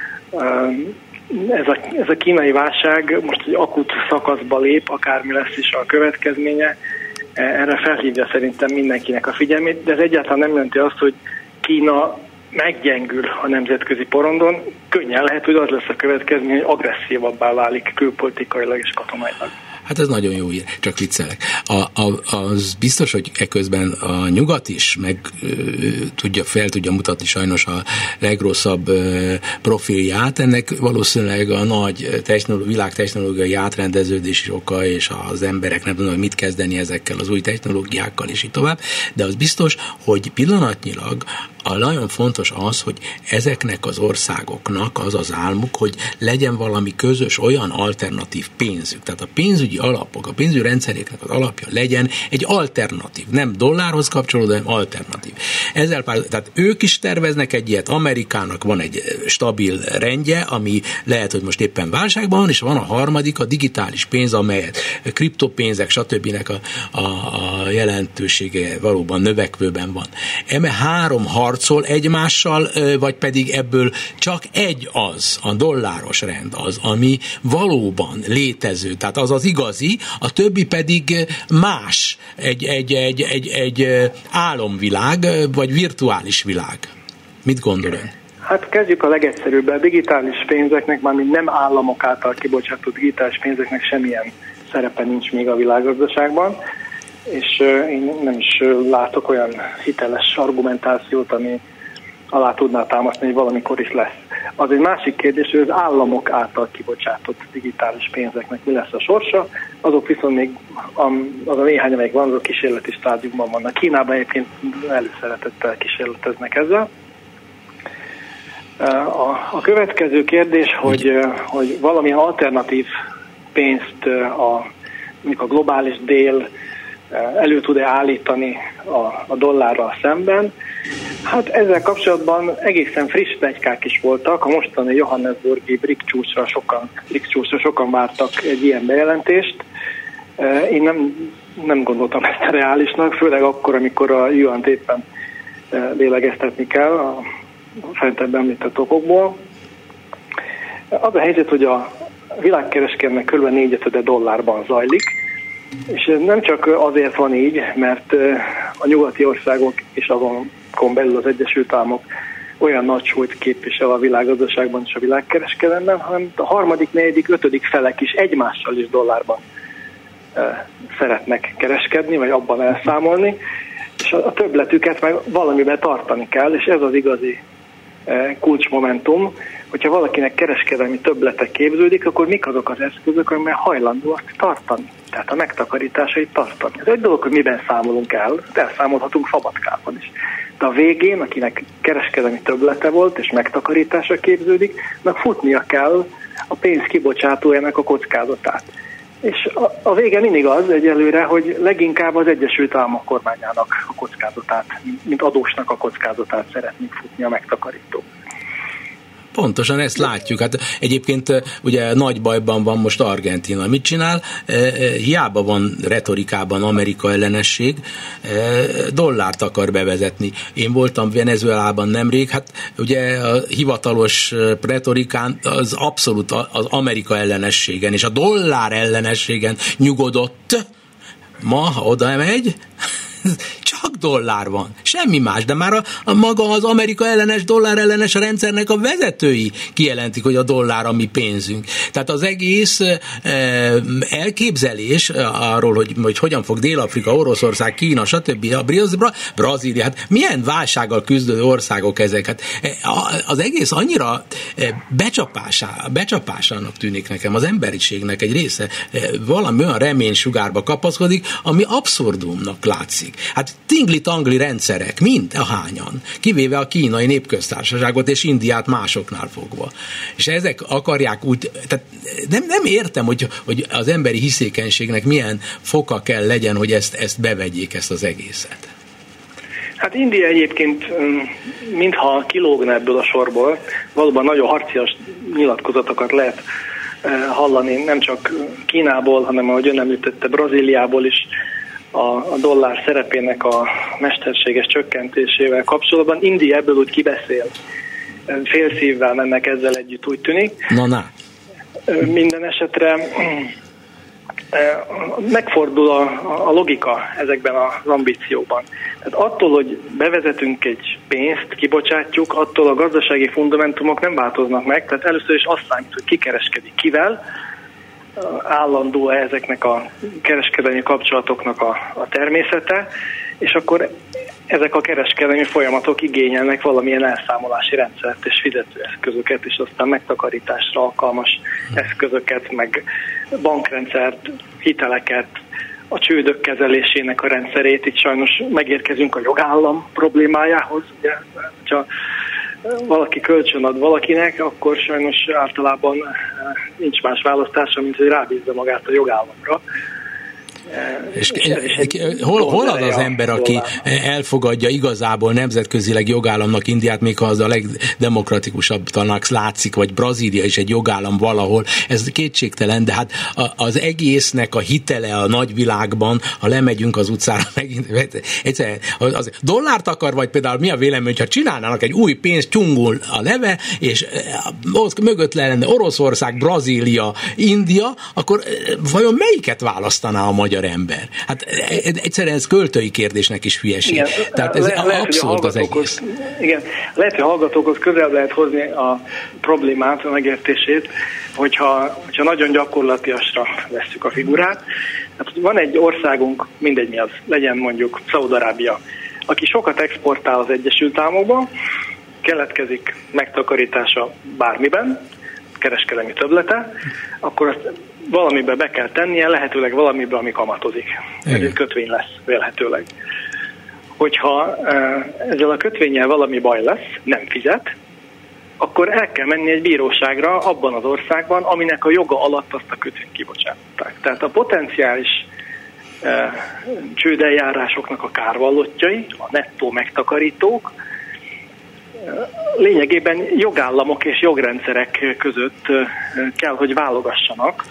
Ez a kínai válság most egy akut szakaszba lép, akármi lesz is a következménye, erre felhívja szerintem mindenkinek a figyelmét, de ez egyáltalán nem jelenti azt, hogy Kína meggyengül a nemzetközi porondon. Könnyen lehet, hogy az lesz a következmény, hogy agresszívabbá válik külpolitikailag és katonailag. Hát ez nagyon jó, csak viccelek. Az biztos, hogy eközben a nyugat is fel tudja mutatni sajnos a legrosszabb profilját. Ennek valószínűleg a nagy világtechnológiai átrendeződés oka, és az emberek nem tudnak mit kezdeni ezekkel az új technológiákkal, és így tovább. De az biztos, hogy pillanatnyilag nagyon fontos az, hogy ezeknek az országoknak az az álmuk, hogy legyen valami közös olyan alternatív pénzük. Tehát a pénzügyi alapok, a pénzügyi rendszeréknek az alapja legyen egy alternatív, nem dollárhoz kapcsolódó, hanem alternatív. Tehát ők is terveznek egy ilyet, Amerikának van egy stabil rendje, ami lehet, hogy most éppen válságban van, és van a harmadik, a digitális pénz, amelyet kriptopénzek, stb. A jelentősége valóban növekvőben van. Eme 3 harcol egymással, vagy pedig ebből csak egy az, a dolláros rend az, ami valóban létező, tehát az az igazi, a többi pedig más, egy álomvilág, vagy virtuális világ. Mit gondol ön? Hát kezdjük a legegyszerűbb. A digitális pénzeknek, mármint nem államok által kibocsátott digitális pénzeknek semmilyen szerepe nincs még a világgazdaságban, és én nem is látok olyan hiteles argumentációt, ami alá tudná támasztani, hogy valamikor is lesz. Az egy másik kérdés, hogy az államok által kibocsátott digitális pénzeknek mi lesz a sorsa, azok viszont még az a néhány, amelyik van, azok kísérleti stádiumban vannak. Kínában egyébként előszeretettel kísérleteznek ezzel. A következő kérdés, hogy valamilyen alternatív pénzt mondjuk a globális dél elő tud-e állítani a dollárral szemben. Hát ezzel kapcsolatban egészen friss pletykák is voltak. A mostani johannesburgi BRICS csúcsra sokan vártak egy ilyen bejelentést. Én nem gondoltam ezt reálisnak, főleg akkor, amikor a yuant éppen lélegeztetni kell a fentebb említett okokból. Az a helyzet, hogy a világkereskedelem kb. $4,5 zajlik, és ez nem csak azért van így, mert a nyugati országok és azon belül az Egyesült Államok olyan nagy súlyt képvisel a világgazdaságban és a világkereskedelemben, hanem a harmadik, negyedik, ötödik felek is egymással is dollárban szeretnek kereskedni, vagy abban elszámolni, és a többletüket meg valamiben tartani kell, és ez az igazi kulcsmomentum, hogyha valakinek kereskedelmi többlete képződik, akkor mik azok az eszközök, amivel hajlandó azt tartani, tehát a megtakarításait tartani. Ez egy dolog, hogy miben számolunk el, elszámolhatunk fabatkában is. De a végén, akinek kereskedelmi többlete volt, és megtakarítása képződik, meg futnia kell a pénz kibocsátójának a kockázatát. És a vége mindig az egyelőre, hogy leginkább az Egyesült Államok kormányának a kockázatát, mint adósnak a kockázatát szeretnék futni a megtakarító. Pontosan ezt látjuk. Hát egyébként ugye nagy bajban van most Argentína. Mit csinál? Hiába van retorikában Amerika ellenesség, dollárt akar bevezetni. Én voltam Venezuelában nemrég, hát ugye a hivatalos retorikán az abszolút az Amerika ellenességen és a dollár ellenességen nyugodott. Ma, ha oda megy, csak dollár van, semmi más, de már a maga az Amerika ellenes, dollár ellenes rendszernek a vezetői kijelentik, hogy a dollár a mi pénzünk. Tehát az egész elképzelés arról, hogy hogyan fog Dél-Afrika, Oroszország, Kína, stb. Brazília, hát milyen válsággal küzdő országok ezek? Hát az egész annyira becsapásának tűnik nekem, az emberiségnek egy része valami olyan reménysugárba kapaszkodik, ami abszurdumnak látszik. Hát tingli-tangli rendszerek, mind ahányan, kivéve a Kínai Népköztársaságot és Indiát másoknál fogva. És ezek akarják úgy, tehát nem értem, hogy az emberi hiszékenységnek milyen foka kell legyen, hogy ezt bevegyék, ezt az egészet. Hát India egyébként mintha kilógna ebből a sorból, valóban nagyon harcias nyilatkozatokat lehet hallani, nem csak Kínából, hanem ahogy ön említette, Brazíliából is, a dollár szerepének a mesterséges csökkentésével kapcsolatban. India ebből úgy kibeszél. Félszívvel mennek ezzel együtt, úgy tűnik. Na. Minden esetre megfordul a logika ezekben az ambícióban. Tehát attól, hogy bevezetünk egy pénzt, kibocsátjuk, attól a gazdasági fundamentumok nem változnak meg. Tehát először is azt számít, hogy ki kereskedik kivel, állandó ezeknek a kereskedelmi kapcsolatoknak a természete, és akkor ezek a kereskedelmi folyamatok igényelnek valamilyen elszámolási rendszert és fizetőeszközöket, és aztán megtakarításra alkalmas eszközöket, meg bankrendszert, hiteleket, a csődök kezelésének a rendszerét. Itt sajnos megérkezünk a jogállam problémájához. Ugye, ha valaki kölcsön ad valakinek, akkor sajnos általában nincs más választása, mint hogy rábízza magát a jogállamra. És hol az az ember, aki elfogadja igazából nemzetközileg jogállamnak Indiát, még ha az a legdemokratikusabbnak látszik, vagy Brazília is egy jogállam valahol, ez kétségtelen, de hát az egésznek a hitele a nagyvilágban, ha lemegyünk az utcára megint, egyszerűen az dollárt akar, vagy például mi a vélemény, hogyha csinálnának egy új pénzt, tyungul a neve, és mögött lenne Oroszország, Brazília, India, akkor vajon melyiket választaná a magyar ember? Hát egyszerűen ez költői kérdésnek is hülyeség. Igen, tehát ez abszurd az egész. Igen, lehet, hogy a hallgatókhoz közel lehet hozni a problémát, a megértését, hogyha nagyon gyakorlatiasra vesszük a figurát. Hát van egy országunk, mindegy mi az, legyen mondjuk Szaúd-Arábia, aki sokat exportál az Egyesült Államokba, keletkezik megtakarítása bármiben, kereskedelmi többlete, akkor azt valamiben be kell tennie, lehetőleg valamiben, ami kamatozik. Ez egy kötvény lesz, vélhetőleg. Hogyha ezzel a kötvénnyel valami baj lesz, nem fizet, akkor el kell menni egy bíróságra abban az országban, aminek a joga alatt azt a kötvényt kibocsátották. Tehát a potenciális csődeljárásoknak a kárvallottjai, a nettó megtakarítók lényegében jogállamok és jogrendszerek között kell, hogy válogassanak,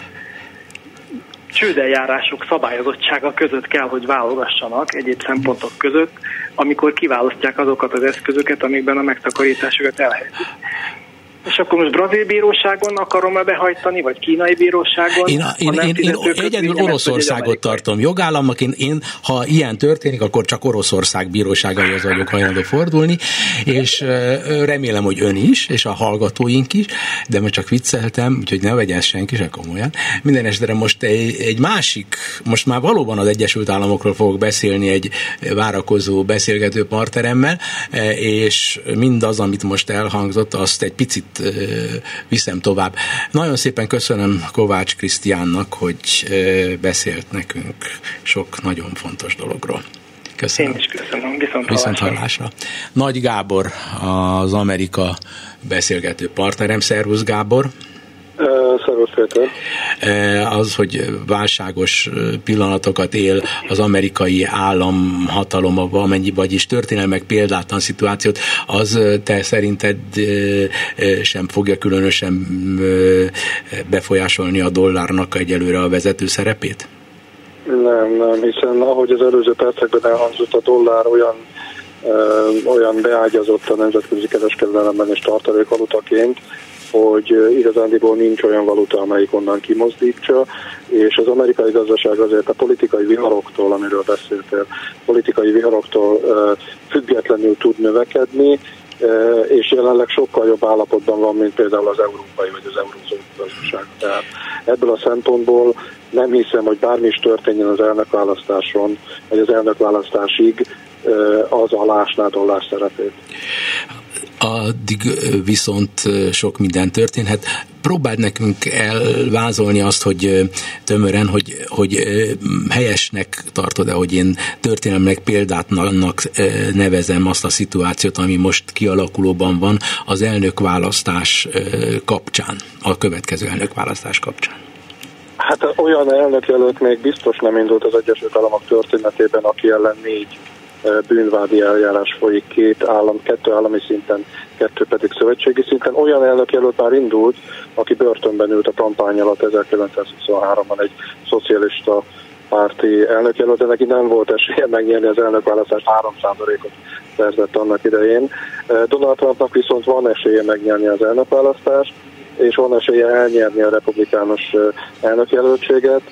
csődeljárások szabályozottsága között kell, hogy válogassanak egyéb szempontok között, amikor kiválasztják azokat az eszközöket, amikben a megtakarításokat elhelyezik. És akkor most brazil bíróságon akarom-e behajtani, vagy kínai bíróságon? Én egyedül Oroszországot tartom jogállamnak. Én, ha ilyen történik, akkor csak Oroszország bíróságaihoz vagyok hajlandó fordulni, és remélem, hogy ön is, és a hallgatóink is, de most csak vicceltem, úgyhogy ne vegye ezt senki se komolyan. Minden esetre most egy másik, most már valóban az Egyesült Államokról fogok beszélni egy várakozó beszélgető partneremmel, és mindaz, amit most elhangzott, azt egy picit viszem tovább. Nagyon szépen köszönöm Kovács Krisztiánnak, hogy beszélt nekünk sok nagyon fontos dologról. Köszönöm. Én is köszönöm. Viszont hallásra. Nagy Gábor, az Amerika beszélgető partnerem. Szervusz, Gábor. Szervusz, Péter. Az, hogy válságos pillanatokat él az amerikai államhatalom, vagyis történelmek példátlan szituációt, az te szerinted sem fogja különösen befolyásolni a dollárnak egyelőre a vezető szerepét? Nem, hiszen ahogy az előző percekben elhangzott, a dollár olyan beágyazott a nemzetközi kereskedelemben és tartalékvalutaként, hogy igazándiból nincs olyan valuta, amelyik onnan kimozdítsa, és az amerikai gazdaság azért a politikai viharoktól, amiről beszéltél, politikai viharoktól függetlenül tud növekedni, és jelenleg sokkal jobb állapotban van, mint például az európai vagy az eurózóna gazdaság. Tehát ebből a szempontból nem hiszem, hogy bármi is történjen az elnökválasztáson, vagy az elnökválasztásig, az alásná dollár szerepét. Addig viszont sok minden történhet. Próbáld nekünk elvázolni azt, hogy tömören, hogy helyesnek tartod-e, hogy én történelmek példátlannak nevezem azt a szituációt, ami most kialakulóban van az elnökválasztás kapcsán, a következő elnökválasztás kapcsán. Hát olyan elnökjelölt még biztos nem indult az Egyesült Államok történetében, aki ellen 4 bűnvádi eljárás folyik, 2 állami szinten, 2 pedig szövetségi szinten. Olyan elnökjelölt már indult, aki börtönben ült a kampány alatt 1923-ban egy szocialista párti elnökjelölt, de neki nem volt esélye megnyerni az elnökválasztást, 3%-ot szerzett annak idején. Donald Trumpnak viszont van esélye megnyerni az elnökválasztást, és van esélye elnyerni a republikánus elnökjelöltséget,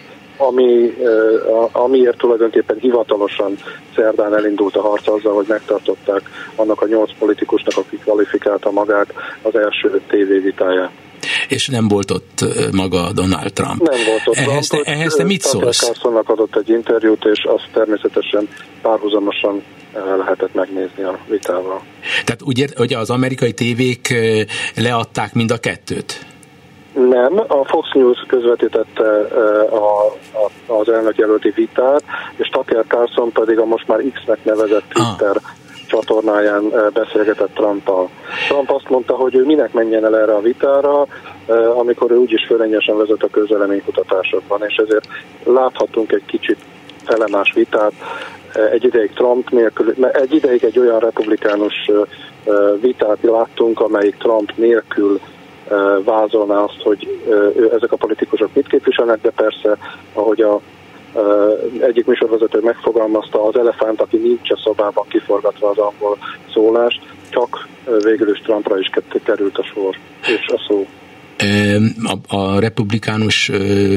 amiért tulajdonképpen hivatalosan szerdán elindult a harc azzal, hogy megtartották annak a 8 politikusnak, aki kvalifikálta magát az első tévévitáját. És nem volt ott maga Donald Trump. Nem volt ott ehhez te mit szólsz? Tucker Carlsonnak adott egy interjút, és azt természetesen párhuzamosan lehetett megnézni a vitával. Tehát ugye az amerikai tévék leadták mind a kettőt? Nem, a Fox News közvetítette az elnökjelölti vitát, és Tucker Carlson pedig a most már X-nek nevezett Twitter csatornáján beszélgetett Trumppal. Trump azt mondta, hogy ő minek menjen el erre a vitára, amikor ő úgyis fölényesen vezet a közvéleménykutatásokban, és ezért láthatunk egy kicsit felemás vitát, egy ideig Trump nélkül, egy ideig egy olyan republikánus vitát láttunk, amelyik Trump nélkül vázolná azt, hogy ezek a politikusok mit képviselnek, de persze, ahogy egyik műsorvezető megfogalmazta, az elefánt, aki nincs a szobában kiforgatva az angol szólást, csak végül is Trumpra is került a sor és a szó. A republikánus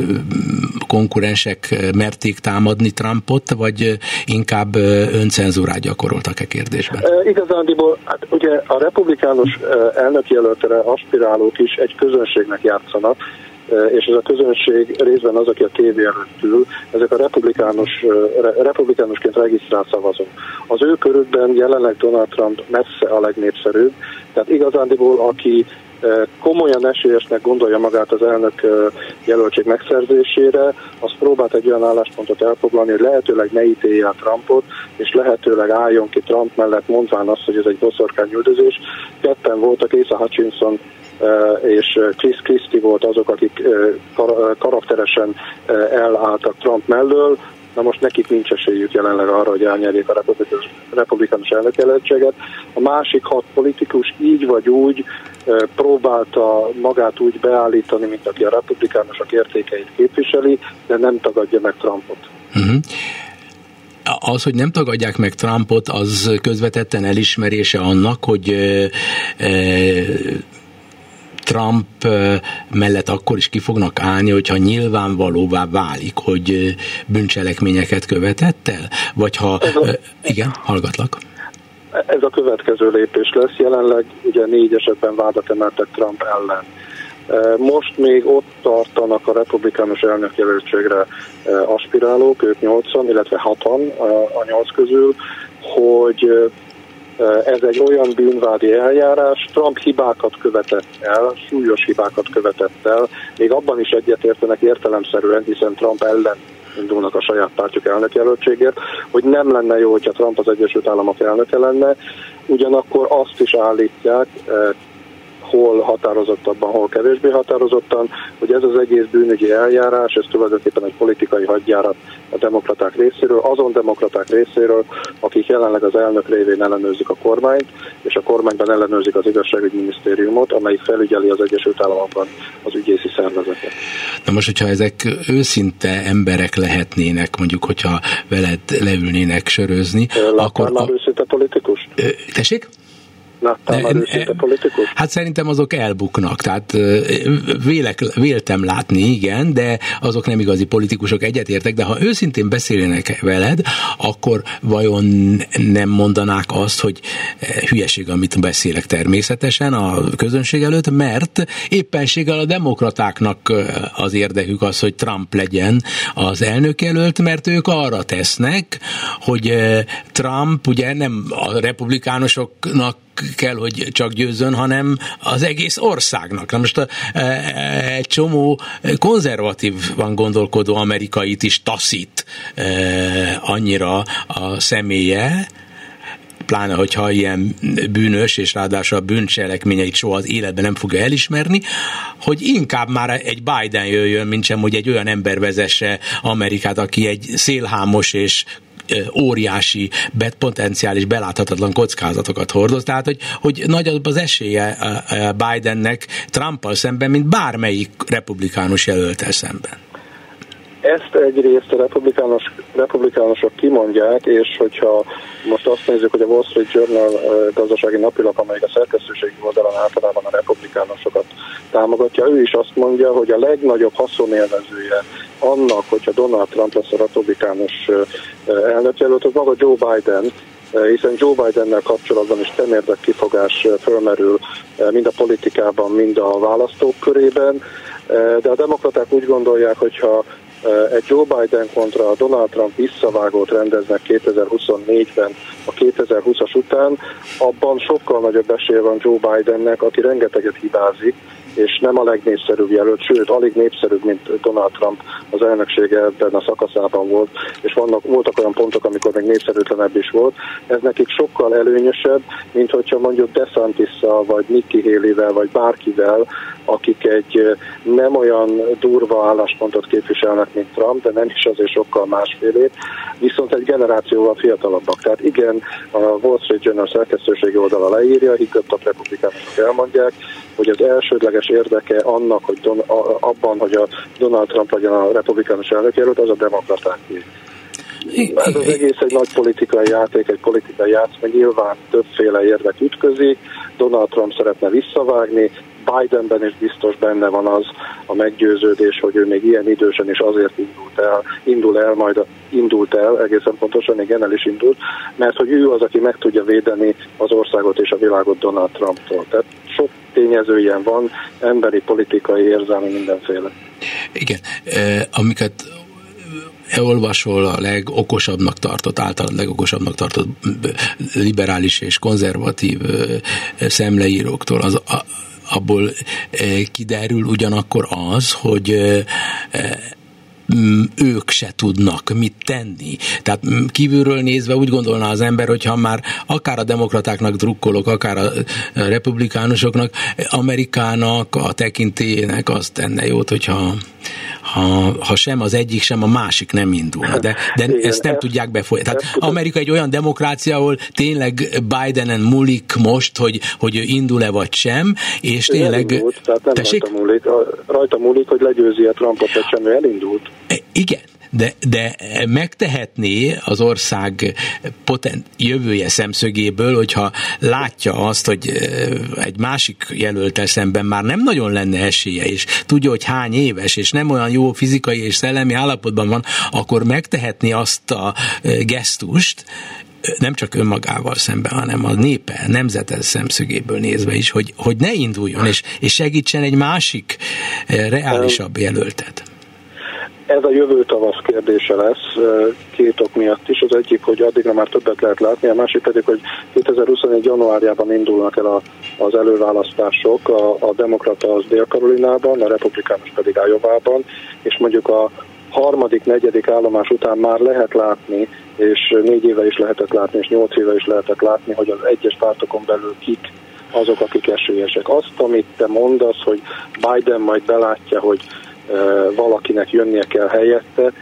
konkurensek merték támadni Trumpot, vagy inkább öncenzúrát gyakoroltak kérdésben? Igazándiból, hát ugye a republikánus elnökjelöltre aspirálók is egy közönségnek játszanak, és ez a közönség részben az, aki a tévé előtt ül, ezek a republikánusként regisztrált szavazók. Az ő körükben jelenleg Donald Trump messze a legnépszerűbb, tehát igazándiból aki komolyan esélyesnek gondolja magát az elnök jelöltség megszerzésére, az próbált egy olyan álláspontot elfoglalni, hogy lehetőleg ne ítélje el Trumpot, és lehetőleg álljon ki Trump mellett, mondván azt, hogy ez egy boszorkányüldözés. Ketten voltak, Asa Hutchinson és Chris Christie volt azok, akik karakteresen elálltak Trump mellől. Na most nekik nincs esélyük jelenleg arra, hogy elnyerjék a republikánus elnökjelöltséget. A másik 6 politikus így vagy úgy próbálta magát úgy beállítani, mint aki a republikánusok értékeit képviseli, de nem tagadja meg Trumpot. Uh-huh. Az, hogy nem tagadják meg Trumpot, az közvetetten elismerése annak, hogy Trump mellett akkor is ki fognak állni, hogyha nyilvánvalóvá válik, hogy bűncselekményeket követett el? Vagy ha... Igen, hallgatlak. Ez a következő lépés lesz. Jelenleg ugye 4 esetben vádat emeltek Trump ellen. Most még ott tartanak a republikánus elnökjelöltségre aspirálók, ők 8-an, illetve 6-an a 8 közül, hogy ez egy olyan bűnvádi eljárás, Trump hibákat követett el, súlyos hibákat követett el, még abban is egyetértenek értelemszerűen, hiszen Trump ellen indulnak a saját pártjuk elnökjelöltségért, hogy nem lenne jó, hogyha Trump az Egyesült Államok elnöke lenne, ugyanakkor azt is állítják, hol határozottabban, hol kevésbé határozottan, hogy ez az egész bűnügyi eljárás, ez tulajdonképpen egy politikai hadjárat a demokraták részéről, azon demokraták részéről, akik jelenleg az elnök révén ellenőrzik a kormányt, és a kormányban ellenőrzik az igazságügyminisztériumot, amelyik felügyeli az Egyesült Államokban az ügyészi szervezetet. Na most, hogyha ezek őszinte emberek lehetnének, mondjuk, hogyha veled leülnének sörözni, akkor... már őszinte politikus? Tessék? Láttál már őszinte politikus? Hát szerintem azok elbuknak, tehát véltem látni, igen, de azok nem igazi politikusok, egyetértek, de ha őszintén beszélnének veled, akkor vajon nem mondanák azt, hogy hülyeség, amit beszélek természetesen a közönség előtt, mert éppenséggel a demokratáknak az érdekük az, hogy Trump legyen az elnökjelölt, mert ők arra tesznek, hogy Trump ugye nem a republikánusoknak kell, hogy csak győzzön, hanem az egész országnak. Na most egy csomó konzervatívan gondolkodó amerikait is taszít annyira a személye, pláne, hogyha ilyen bűnös, és ráadásul a bűncselekményeit soha az életben nem fogja elismerni, hogy inkább már egy Biden jöjjön, mint sem, hogy egy olyan ember vezesse Amerikát, aki egy szélhámos és óriási, potenciális beláthatatlan kockázatokat hordoz, tehát hogy nagyobb az esélye Bidennek Trumpal szemben, mint bármelyik republikánus jelöltel szemben. Ezt egyrészt a republikánusok kimondják, és hogyha most azt nézzük, hogy a Wall Street Journal gazdasági napilap, amelyik a szerkesztőségi oldalon általában a republikánusokat támogatja, ő is azt mondja, hogy a legnagyobb haszonélvezője annak, hogyha Donald Trump lesz a republikánus elnökjelölt, az maga Joe Biden, hiszen Joe Bidennel kapcsolatban is temérdek kifogás fölmerül mind a politikában, mind a választók körében, de a demokraták úgy gondolják, hogyha egy Joe Biden kontra Donald Trump visszavágót rendeznek 2024-ben a 2020-as után, abban sokkal nagyobb esélye van Joe Bidennek, aki rengeteget hibázik, és nem a legnépszerűbb jelölt, sőt, alig népszerűbb, mint Donald Trump az elnöksége ebben a szakaszában volt, és voltak olyan pontok, amikor még népszerűtlenebb is volt. Ez nekik sokkal előnyösebb, mint hogyha mondjuk DeSantis-szal, vagy Nikki Haley-vel, vagy bárkivel, akik egy nem olyan durva álláspontot képviselnek, mint Trump, de nem is azért sokkal másfélét, viszont egy generációval fiatalabbak. Tehát igen, a Wall Street Journal szerkesztőségi oldala leírja, higgadtak republikánusok elmondják, hogy az elsődleges érdeke annak, hogy abban, hogy a Donald Trump legyen a republikánus elnökjelölt, az a demokratáké. Ez az egész egy nagy politikai játék, egy politikai játszma, nyilván többféle érdek ütközik, Donald Trump szeretne visszavágni, Bidenben is biztos benne van az a meggyőződés, hogy ő még ilyen idősen is azért indult el, egészen pontosan, igen, el is indult, mert hogy ő az, aki meg tudja védeni az országot és a világot Donald Trumptól. Tehát sok tényező ilyen van, emberi, politikai, érzelmi, mindenféle. Igen, amiket olvasol a legokosabbnak tartott, általában legokosabbnak tartott liberális és konzervatív szemleíróktól, abból kiderül ugyanakkor az, hogy ők se tudnak mit tenni. Tehát kívülről nézve úgy gondolná az ember, hogyha már akár a demokratáknak drukkolok, akár a republikánusoknak, Amerikának, a tekintélyének az tenne jót, hogyha sem az egyik, sem a másik nem indulna. De ezt nem tudják befolyásolni. Tehát Amerika egy olyan demokrácia, ahol tényleg Bidenen múlik most, hogy indul-e vagy sem, és tényleg... Elindult, tehát nem rajta múlik, hogy legyőzi-e Trumpot, vagy sem, elindult. Igen. De megtehetné az ország jövője szemszögéből, hogyha látja azt, hogy egy másik jelölttel szemben már nem nagyon lenne esélye, és tudja, hogy hány éves, és nem olyan jó fizikai és szellemi állapotban van, akkor megtehetné azt a gesztust, nem csak önmagával szemben, hanem a népe, nemzete szemszögéből nézve is, hogy ne induljon, és segítsen egy másik reálisabb jelöltet. Ez a jövő tavasz kérdése lesz, két ok miatt is. Az egyik, hogy addigra már többet lehet látni, a másik pedig, hogy 2021. januárjában indulnak el az előválasztások, a demokrata az Dél-Karolinában, a republikánus pedig Iowában, és mondjuk a harmadik, negyedik állomás után már lehet látni, és 4 éve is lehetett látni, és 8 éve is lehetett látni, hogy az egyes pártokon belül kik azok, akik esélyesek. Azt, amit te mondasz, hogy Biden majd belátja, hogy valakinek jönnie kell helyette,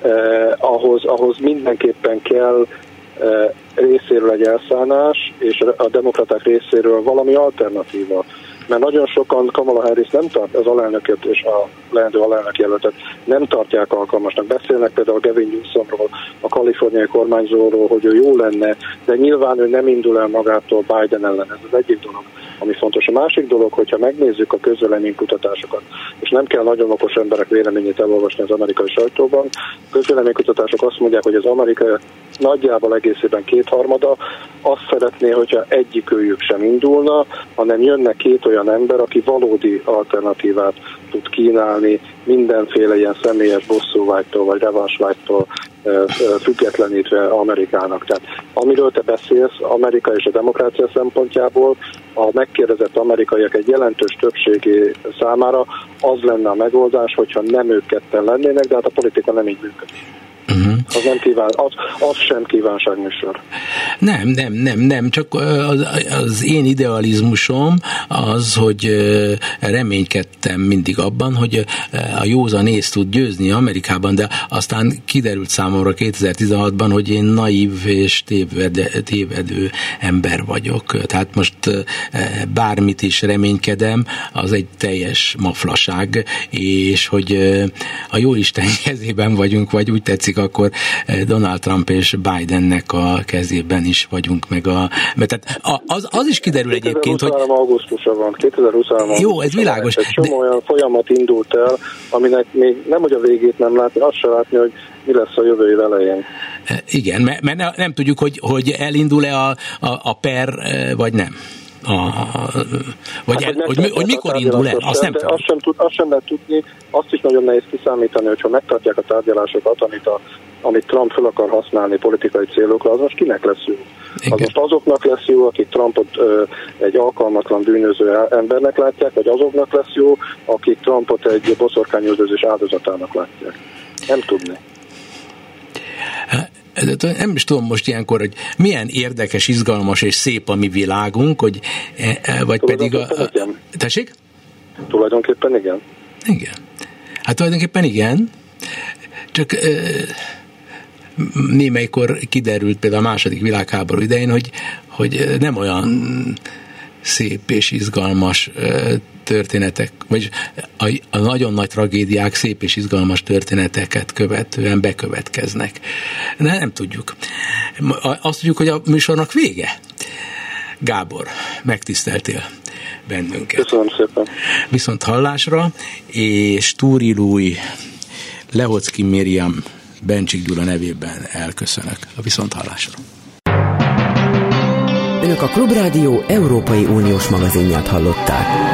ahhoz mindenképpen kell részéről egy elszánás, és a demokraták részéről valami alternatíva. Mert nagyon sokan Kamala Harris nem tart, az alelnököt és a leendő alelnök jelöltet nem tartják alkalmasnak. Beszélnek például Gavin Newsomról, a kaliforniai kormányzóról, hogy ő jó lenne, de nyilván ő nem indul el magától Biden ellen. Ez az egyik dolog, ami fontos. A másik dolog, hogyha megnézzük a közvéleménykutatásokat, és nem kell nagyon okos emberek véleményét elolvasni az amerikai sajtóban, közvéleménykutatások azt mondják, hogy az amerikai nagyjából egészében 2/3 azt szeretné, hogyha egyikőjük sem indulna, hanem jönne 2 olyan ember, aki valódi alternatívát tud kínálni mindenféle ilyen személyes bosszúvágytól vagy revansvágytól függetlenítve Amerikának. Tehát amiről te beszélsz, Amerika és a demokrácia szempontjából a megkérdezett amerikaiak egy jelentős többségi számára az lenne a megoldás, hogyha nem ők ketten lennének, de hát a politika nem így működik. Az nem kíván, az sem kívánságműsor. Nem, csak az én idealizmusom az, hogy reménykedtem mindig abban, hogy a józan ész tud győzni Amerikában, de aztán kiderült számomra 2016-ban, hogy én naív és tévedő ember vagyok. Tehát most bármit is reménykedem, az egy teljes maflaság, és hogy a Jóisten kezében vagyunk, vagy úgy tetszik, akkor Donald Trump és Bidennek a kezében is vagyunk, mert az is kiderül egyébként, hogy... 2023 augusztusa van, 2023 Jó, ez világos. Egy csomó olyan folyamat indult el, aminek még nem, hogy a végét nem látni, azt se látni, hogy mi lesz a jövő év elején. Igen, mert nem tudjuk, hogy elindul-e a per, vagy nem. Hogy mikor indul el, azt nem tudjuk. Azt sem lehet tudni, azt is nagyon nehéz kiszámítani, hogyha megtartják a tárgyalásokat, amit Trump fel akar használni politikai célokra, az most kinek lesz jó? Az most azoknak lesz jó, akik Trumpot egy alkalmatlan bűnöző embernek látják, vagy azoknak lesz jó, akik Trumpot egy boszorkányüldözés áldozatának látják. Nem tudni. Nem is tudom most ilyenkor, hogy milyen érdekes, izgalmas és szép a mi világunk, hogy vagy pedig Tessék? Tulajdonképpen igen. Igen. Hát tulajdonképpen igen, csak némelykor kiderült például a második világháború idején, hogy nem olyan szép és izgalmas történetek, vagy a nagyon nagy tragédiák szép és izgalmas történeteket követően bekövetkeznek. De nem tudjuk. Azt tudjuk, hogy a műsornak vége. Gábor, megtiszteltél bennünket. Köszönöm szépen. Viszont hallásra, és Túri Lúj, Lehocki Miriam, Bencsik Gyula nevében elköszönök. A viszont hallásra. Önök a Klubrádió Európai Uniós magazinját hallották.